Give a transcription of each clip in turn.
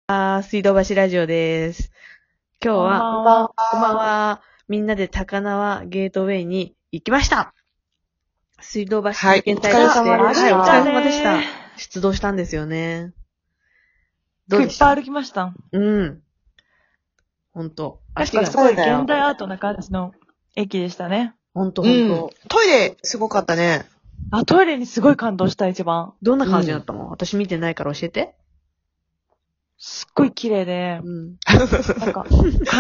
水道橋ラジオです。今日は、こんばんは。みんなで高輪ゲートウェイに行きました。水道橋探検隊として、 はい、お疲れ様でした。出動したんですよね。 どうでした？いっぱい歩きました。 ほんと。 確かすごい現代アートな感じの駅でしたね。 ほんと。 トイレすごかったね。 トイレにすごい感動した一番。 どんな感じだったの？私見てないから教えて。 すっごい綺麗で、なんか、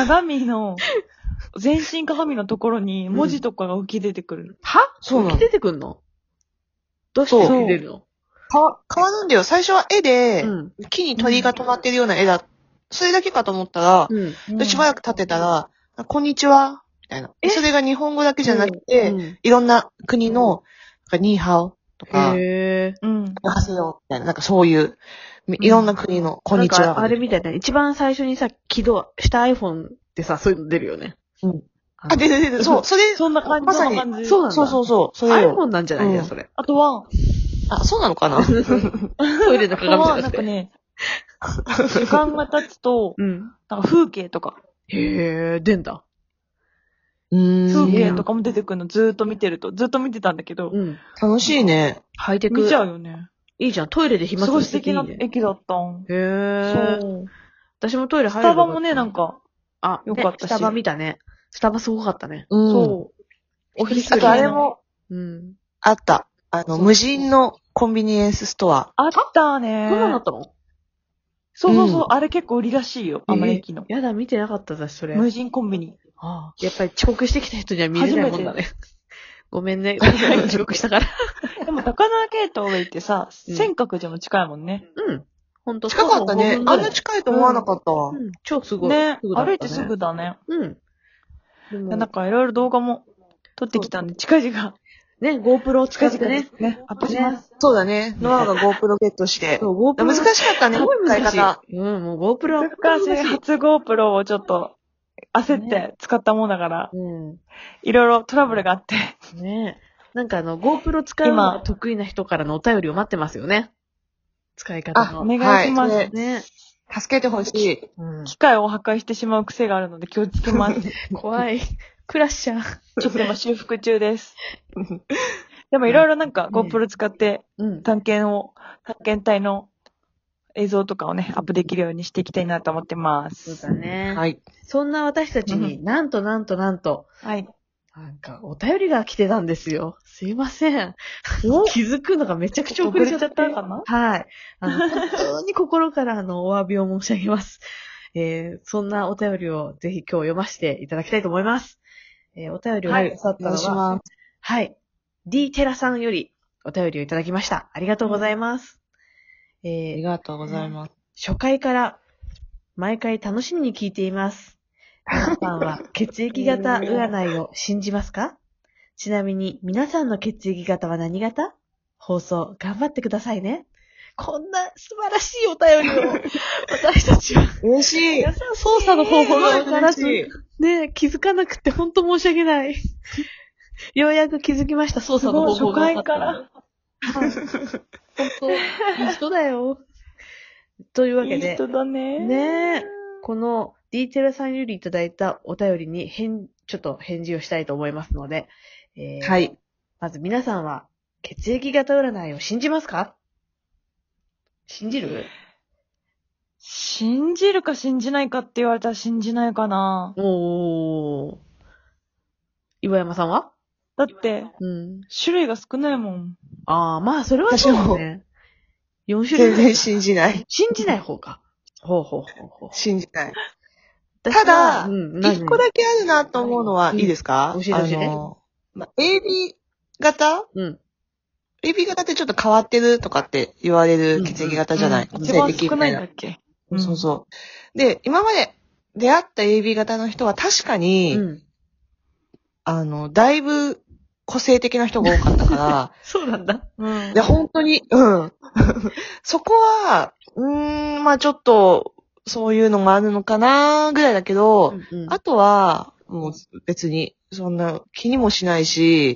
全身鏡のところに文字とかが浮き出てくる。 は？そうなの？浮き出てくんの？どうして浮き出るの？ 川なんだよ。最初は絵で、木に鳥が止まってるような絵だ。それだけかと思ったら、しばらく経ってたら、こんにちは、みたいな。それが日本語だけじゃなくて、いろんな国の、ニーハオとか、ハセヨみたいな、なんかそういう、いろんな国の、こんにちは。 あれみたいな。一番最初にさ、起動した iPhone ってさ、そういうの出るよね。 出る。そう、それ、 そんな感じ。 まさに。 そうなんだ。 そう。 それ iPhone なんじゃないよ、それ。 あとは、 そうなのかなトイレの鏡じゃなくて。 なんかね、時間が経つと、なんか風景とか。 へぇー、出んだ。 風景とかも出てくるの、ずーっと見てると。ずっと見てたんだけど。 楽しいね。 ハイテク。 見ちゃうよね。 いいじゃん。トイレで暇すごい素敵な駅だったん。 へぇー。そう。私もトイレ入る。 スタバもね、なんか、よかったし。 スタバ見たね。スタバすごかったね。 そう。 オフィスあとあれも、あった。無人のコンビニエンスストア。 あったね。 そんなのあったの？ そう。あれ結構売りらしいよ。あの駅の。 やだ、見てなかっただし、それ。 無人コンビニ。 やっぱり遅刻してきた人には見れないもんだね。ごめんね。遅刻したから。 でも、高輪ゲートウェイってさ、尖閣寺も近いもんね。 ほんと近かったね。あんな近いと思わなかったわ。 超すごい。 ね。歩いてすぐだね。なんかいろいろ動画も撮ってきたんで、近々。 ね、GoPro を使ってね。 アップします。 そうだね。ノアが GoPro ゲットして。難しかったね、使い方。 もう GoPro。 難しい。初 GoPro をちょっと焦って使ったもんだから。いろいろトラブルがあって。 ね。なんかGoPro 使うのが得意な人からのお便りを待ってますよね。使い方の。 お願いします。 ね。助けてほしい。 機械を破壊してしまう癖があるので気をつけます。 怖い。クラッシャー。 ちょっと今修復中です。でもいろいろなんか GoPro 使って探検隊の映像とかをね、アップできるようにしていきたいなと思ってます。 そうだね。 はい。 そんな私たちになんと。 はい。 なんかお便りが来てたんですよ。すいません。気づくのがめちゃくちゃ遅れちゃったかな？ はい。本当に心からお詫びを申し上げます。そんなお便りをぜひ今日読ませていただきたいと思います。お便りをくださったのは、はい。D テラさんよりお便りをいただきました。ありがとうございます。 ありがとうございます。 初回から毎回楽しみに聞いています。皆さんは血液型占いを信じますか？ちなみに皆さんの血液型は何型？放送頑張ってくださいね。こんな素晴らしいお便りを私たちは嬉しい。 操作の方法がわからずね、気づかなくて本当申し訳ない。ようやく気づきました、操作の方法が。 初回から。 本当、いい人だよ。というわけで。 いい人だね。 ねえ。この D テラさんよりいただいたお便りにちょっと返事をしたいと思いますので。 はい。 まず皆さんは血液型占いを信じますか？信じる？ 信じるか信じないかって言われたら信じないかな。 岩山さんは？ だって、種類が少ないもん。 まあ、それはそうだね。4種類。 全然信じない。 信じない方か。ほう。 信じない。ただ、一個だけあるなと思うのは、いいですか？ 教えてね。 AB 型？AB 型ってちょっと変わってるとかって言われる血液型じゃない？ 一番少ないんだっけ？ そう。で、今まで出会った AB 型の人は確かに、だいぶ個性的な人が多かったから。 そうなんだ。 で、本当に、そこは、まあちょっと、そういうのもあるのかなぐらいだけど、あとは、もう別に、そんな気にもしないし、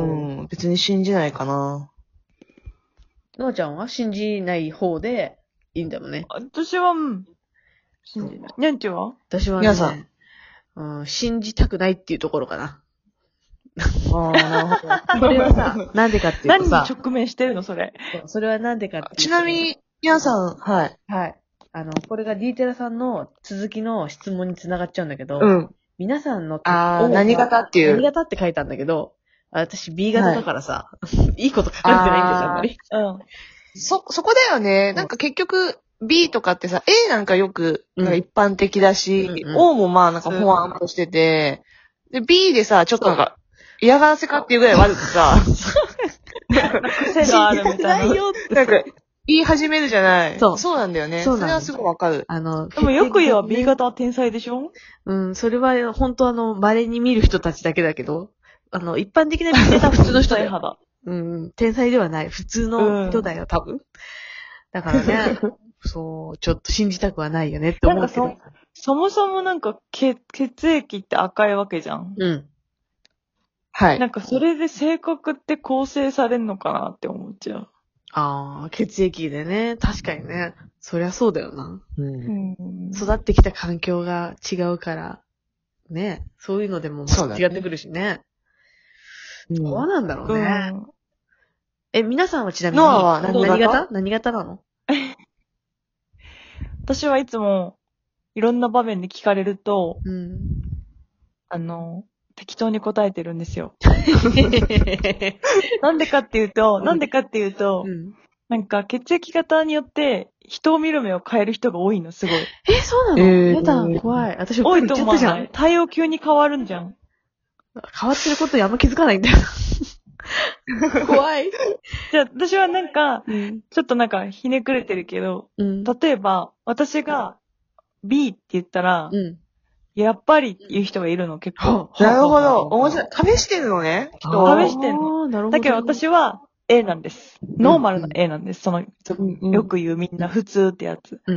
別に信じないかな。 のあちゃんは信じない方で、 いいんだもんね。 私は、信じない。にゃんちは私はね、 皆さん信じたくないっていうところかな。 ああ、なるほど。 これはさ、なんでかっていうと何にさ、 直面してるのそれ。 それはなんでかっていうと。 ちなみに、皆さん、はい。 はい。これが D テラさんの続きの質問につながっちゃうんだけど、 うん。 皆さんの何型っていう。 何型って書いたんだけど、私 B 型だからさ、いいこと書かれてないんだよ、あんまり。 そこだよね。なんか結局、B とかってさ、A なんかよく、なんか一般的だし、O もまあなんかほわんとしてて、で、B でさ、ちょっとなんか、嫌がらせかっていうぐらい悪くさ、 癖があるみたいな。 なんか、言い始めるじゃない。 そうなんだよね。 そうなんだそれはすごいわかる。 でもよく言えば B 型は天才でしょ？ それは本当稀に見る人たちだけだけど、一般的な B 型は普通の人だよ。天才ではない。普通の人だよ、多分。だからね、そう、ちょっと信じたくはないよねって思うけど。 なんかそもそもなんか血液って赤いわけじゃん。 はい。 なんかそれで性格って構成されんのかなって思っちゃう。 ああ、血液でね。確かにね。そりゃそうだよな。 うん育ってきた環境が違うから、ね。そういうのでも違ってくるしね。どうなんだろうね。皆さんはちなみに、 ノアは何型なの？ 私はいつも、いろんな場面で聞かれると、適当に答えてるんですよ。なんでかっていうと、なんか血液型によって人を見る目を変える人が多いの、すごい。 そうなの？やだ、怖い。私多いと思わない？対応急に変わるんじゃん。 変わってることにあんま気づかないんだよ。怖い。 じゃあ、私はなんか、ちょっとなんかひねくれてるけど、例えば、私が B って言ったら、やっぱりっていう人がいるの、結構。 なるほど。面白い。試してるのね。 試してんの。なるほど。だけど私は A なんです。ノーマルな A なんです。よく言うみんな普通ってやつ。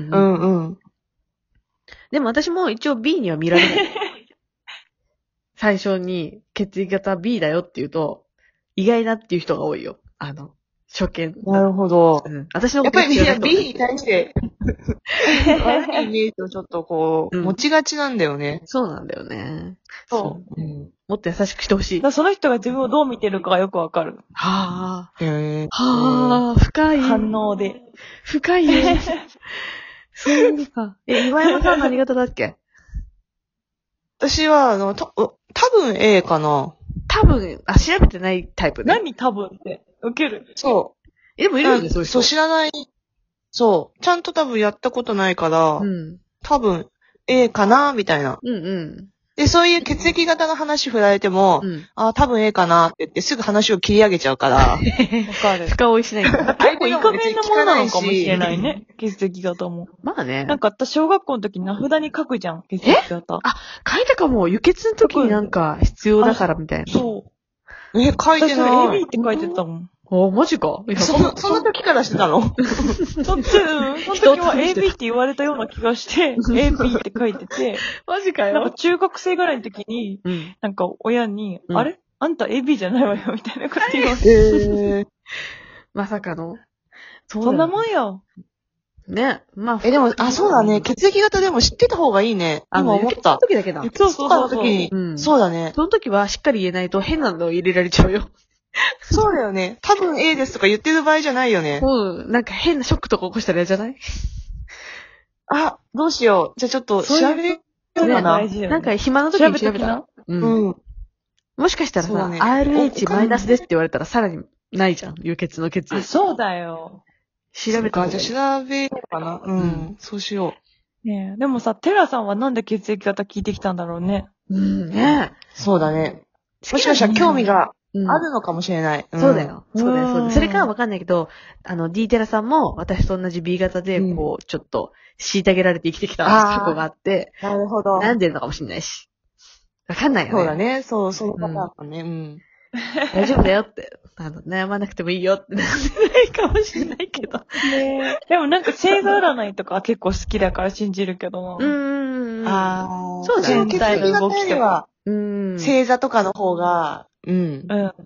でも私も一応 B には見られない。最初に血液型 B だよって言うと、意外なっていう人が多いよ。初見。 なるほど。 私のやっぱりみんな B に対して、悪いイメージをちょっとこう、持ちがちなんだよね。 そうなんだよね。 そう。 もっと優しくしてほしい。 その人が自分をどう見てるかがよくわかる。 はぁ。深い。 反応で。 深いね。そういうのか。今山さん何型だっけ？ 私は、多分 A かな。 多分、調べてないタイプね。 何多分って。受ける。 そう。 でもいるよね、そういう人。 そう、知らない。そう。ちゃんと多分やったことないから、多分 A かなみたいな。で、そういう血液型の話振られても、多分 A かなって言ってすぐ話を切り上げちゃうから。わかる。 深追いしないんだ。 結構イカメンなものなのかもしれないね。血液型も。 まあね。 なんか私小学校の時に名札に書くじゃん、血液型。 書いたかも。輸血の時になんか必要だからみたいな。 そう。 書いてない。 私 AB って書いてたもん。 マジか。 その時からしてたの？ その時は AB って言われたような気がして、AB って書いてて、 マジかよ。 なんか中学生ぐらいの時に、なんか親に、あれあんた AB じゃないわよ、みたいなこと言われて。 まさかの。 そんなもんよ。 ね。まあ。 でも、そうだね。血液型でも知ってた方がいいね。今思った。 その時だけだ。 そう時に。そうだね。 その時はしっかり言えないと変なの入れられちゃうよ。 そうだよね。多分 A ですとか言ってる場合じゃないよね。 なんか変なショックとか起こしたら嫌じゃない？ どうしよう。じゃあちょっと調べようかな。 なんか暇な時に調べた。もしかしたらさ、RH マイナスですって言われたらさらにないじゃん。輸血の血液。 そうだよ。 調べた。 じゃあ調べようかな。そうしよう。ねえ。でもさ、テラさんはなんで血液型聞いてきたんだろうね。 ねえ。 そうだね。もしかしたら興味があるのかもしれない。 そうだよ。そうだよ。それかはわかんないけど、D テラさんも私と同じ B 型で、こう、ちょっと、虐げられて生きてきた過去があって、 なるほど。 悩んでるのかもしれないし。わかんないよね。 そうだね。そのパターンかね。 大丈夫だよって。悩まなくてもいいよってなってないかもしれないけど。 でもなんか星座占いとか結構好きだから信じるけどな。 そうだね。 血液型よりは、星座とかの方が、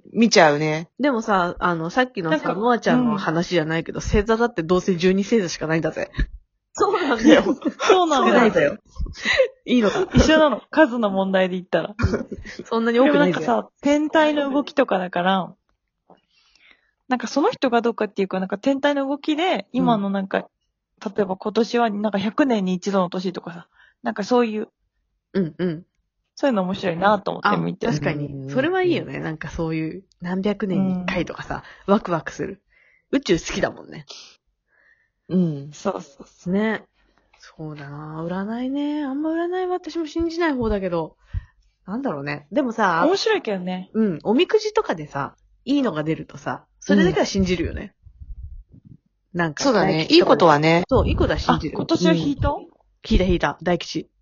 見ちゃうね。 でもさ、さっきのさ、ノアちゃんの話じゃないけど、星座だってどうせ12星座しかないんだぜ。 そうなんだよ。そうなんだよ。 いいのか。 一緒なの。数の問題で言ったら。 そんなに多くないぜ。 でもなんかさ、天体の動きとかだから、なんかその人がどうかっていうか、なんか天体の動きで、今のなんか、例えば今年はなんか100年に一度の年とかさ、なんかそういう、そういうの面白いなと思って見てる。 確かに。それはいいよね。なんかそういう何百年に一回とかさ、ワクワクする。宇宙好きだもんね。 そうそうそう。 ね。そうだな。占いね。あんま占いは私も信じない方だけど、なんだろうね。でもさ、 面白いけどね。 おみくじとかでさ、いいのが出るとさ、それだけは信じるよね。なんか。 そうだね。いいことはね。 そう、いいことは信じる。 今年は引いた？ 引いた。大吉。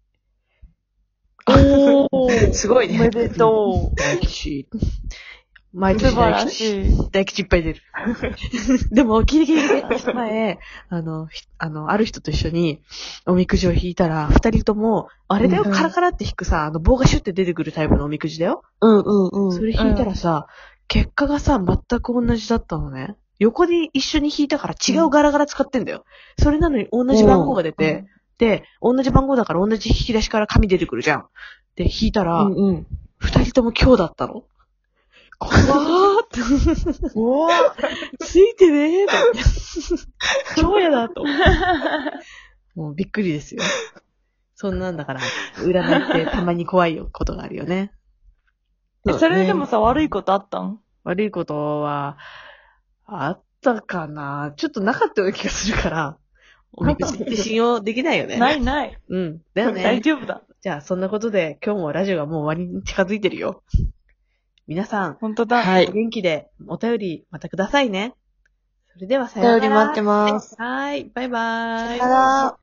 おー。 すごいね。 おめでとう。 大吉。毎年大吉。 大吉いっぱい出る。でも、聞いて。前、ある人と一緒に、おみくじを引いたら、二人とも、あれだよ、カラカラって引くさ、棒がシュッて出てくるタイプのおみくじだよ。それ引いたらさ、結果がさ、全く同じだったのね。横で一緒に引いたから違うガラガラ使ってんだよ。それなのに同じ番号が出て、で、同じ番号だから同じ引き出しから紙出てくるじゃん。で、引いたら、二人とも今日だったの。怖ーって。 うわついてねーって。超嫌だと。もうびっくりですよ。そんなんだから、占いってたまに怖いことがあるよね。 それでもさ、悪いことあったん？ 悪いことは、あったかな？ちょっとなかったような気がするから、おみくじって信用できないよね。 ない。 だよね。 大丈夫だ。 じゃあ、そんなことで、今日もラジオがもう終わりに近づいてるよ。皆さん、 本当だ。 はい。 お元気でお便りまたくださいね。それではさようなら。 お便り待ってます。 はい、バイバーイ。 さよなら。